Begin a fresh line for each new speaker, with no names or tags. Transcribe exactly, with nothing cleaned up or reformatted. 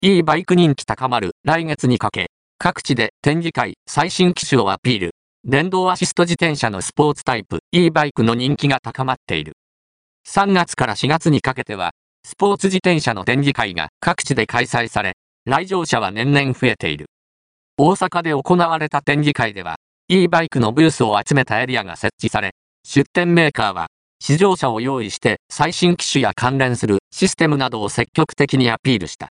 e バイク人気高まる来月にかけ、各地で展示会、最新機種をアピール。電動アシスト自転車のスポーツタイプ e バイクの人気が高まっている。さんがつからしがつにかけては、スポーツ自転車の展示会が各地で開催され、来場者は年々増えている。大阪で行われた展示会では、e バイクのブースを集めたエリアが設置され、出展メーカーは、試乗車を用意して最新機種や関連するシステムなどを積極的にアピールした。